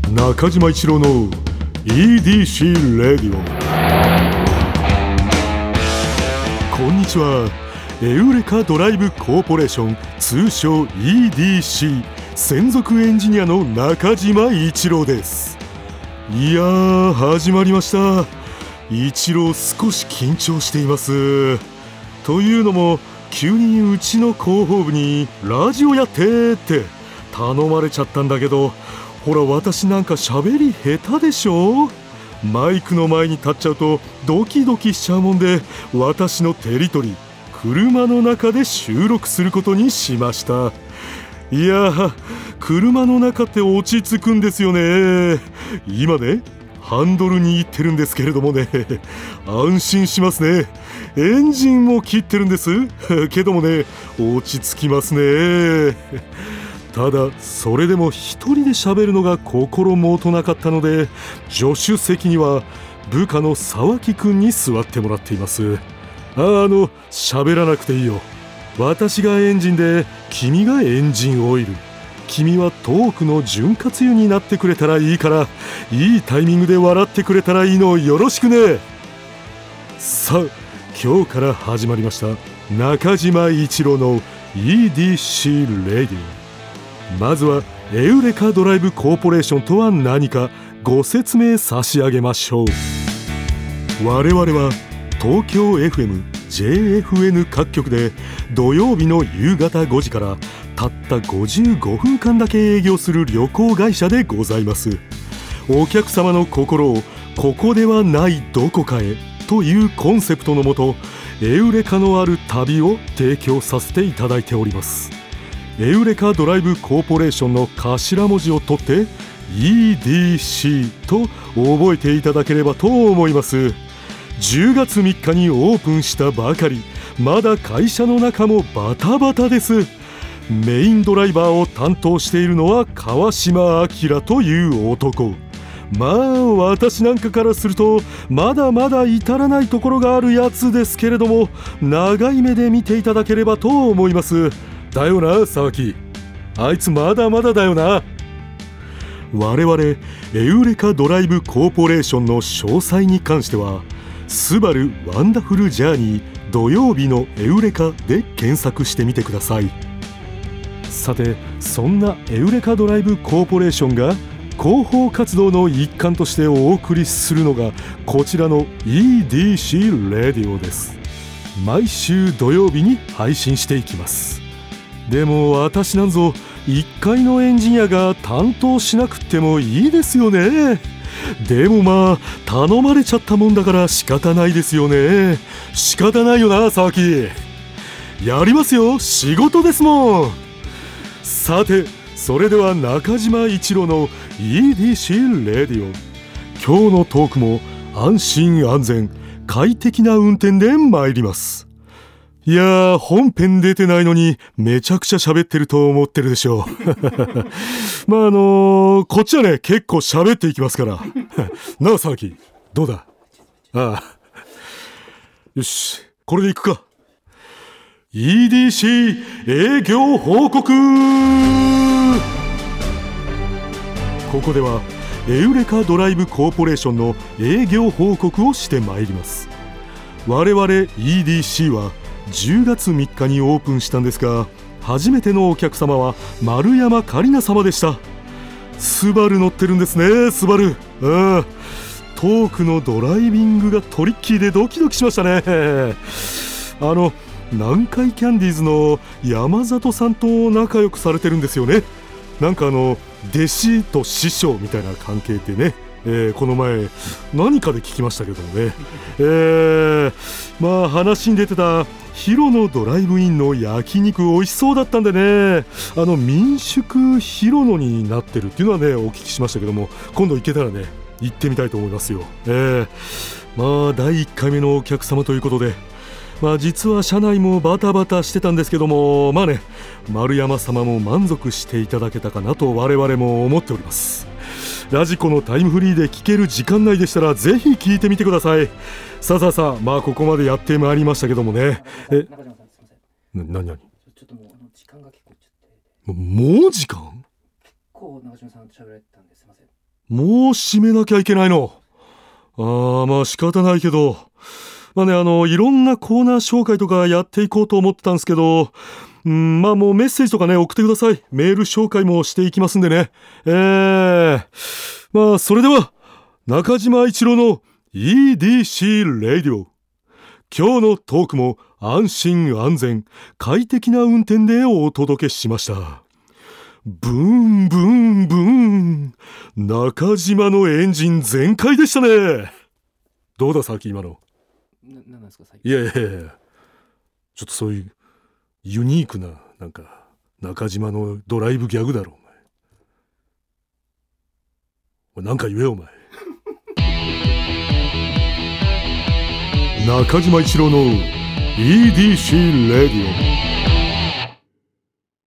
中島一郎の EDC レディオ。こんにちは。エウレカドライブコーポレーション、通称 EDC 専属エンジニアの中島一郎です。いやー、始まりました。一郎少し緊張しています。というのも、急にうちの広報部にラジオやってって頼まれちゃったんだけど、ほら私なんか喋り下手でしょ。マイクの前に立っちゃうとドキドキしちゃうもんで、私のテリトリー車の中で収録することにしました。いやー、車の中って落ち着くんですよね。今ね、ハンドルに行ってるんですけれどもね、安心しますね。エンジンも切ってるんですけどもね、落ち着きますね。ただそれでも一人で喋るのが心もとなかったので、助手席には部下の沢木くんに座ってもらっています。喋らなくていいよ。私がエンジンで君がエンジンオイル。君はトークの潤滑油になってくれたらいいから、いいタイミングで笑ってくれたらいいの。よろしくね。さあ、今日から始まりました中島一郎の EDC レディオ。まずはエウレカドライブコーポレーションとは何かご説明差し上げましょう。我々は東京 FM、JFN 各局で土曜日の夕方5時からたった55分間だけ営業する旅行会社でございます。お客様の心をここではないどこかへというコンセプトのもと、エウレカのある旅を提供させていただいております。エウレカドライブコーポレーションの頭文字を取って EDC と覚えていただければと思います。10月3日にオープンしたばかり、まだ会社の中もバタバタです。メインドライバーを担当しているのは川島明という男。まあ私なんかからするとまだまだ至らないところがあるやつですけれども、長い目で見ていただければと思います。だよな沢木、あいつまだまだだよな。我々エウレカドライブコーポレーションの詳細に関しては、スバルワンダフルジャーニー土曜日のエウレカで検索してみてください。さて、そんなエウレカドライブコーポレーションが広報活動の一環としてお送りするのがこちらの EDC レディオです。毎週土曜日に配信していきます。でも私なんぞ1階のエンジニアが担当しなくてもいいですよね。でもまあ頼まれちゃったもんだから仕方ないですよね。仕方ないよな沢木。やりますよ、仕事ですもん。さて、それでは中島一郎の EDC レディオ。今日のトークも安心安全快適な運転で参ります。いやー、本編出てないのにめちゃくちゃ喋ってると思ってるでしょう。まあこっちはね結構喋っていきますからなあ沢木、どうだ。ああ、よし、これでいくか。 EDC 営業報告。ここではエウレカドライブコーポレーションの営業報告をしてまいります。我々 EDC は10月3日にオープンしたんですが、初めてのお客様は丸山桂里奈様でした。スバル乗ってるんですね、スバル。トークのドライビングがトリッキーでドキドキしましたね。南海キャンディーズの山里さんと仲良くされてるんですよね。なんか弟子と師匠みたいな関係ってね、この前何かで聞きましたけどもね。まあ話に出てたヒロのドライブインの焼肉美味しそうだったんでね、民宿ヒロノになってるっていうのはねお聞きしましたけども、今度行けたらね行ってみたいと思いますよ。まあ第1回目のお客様ということで、まあ実は社内もバタバタしてたんですけども、まあね、丸山様も満足していただけたかなと我々も思っております。ラジコのタイムフリーで聞ける時間内でしたらぜひ聞いてみてください。さあ、まあここまでやってまいりましたけどもね。 中島さん、すみません。 何ちょっともう時間が結構いっちゃって。 もう時間？ 結構中島さんと喋られてたんですいません。 もう締めなきゃいけないの。まあ仕方ないけど。まあね、いろんなコーナー紹介とかやっていこうと思ってたんですけど、まあもうメッセージとかね、送ってください。メール紹介もしていきますんでね。まあそれでは、中島一郎の EDC レディオ。今日のトークも安心安全、快適な運転でお届けしました。ブーンブーンブーン。中島のエンジン全開でしたね。どうださっき今の。 なんですか最近。いやちょっとそういうユニークななんか中島のドライブギャグだろお前。なんか言えよお前。中島一郎の EDC レディオ。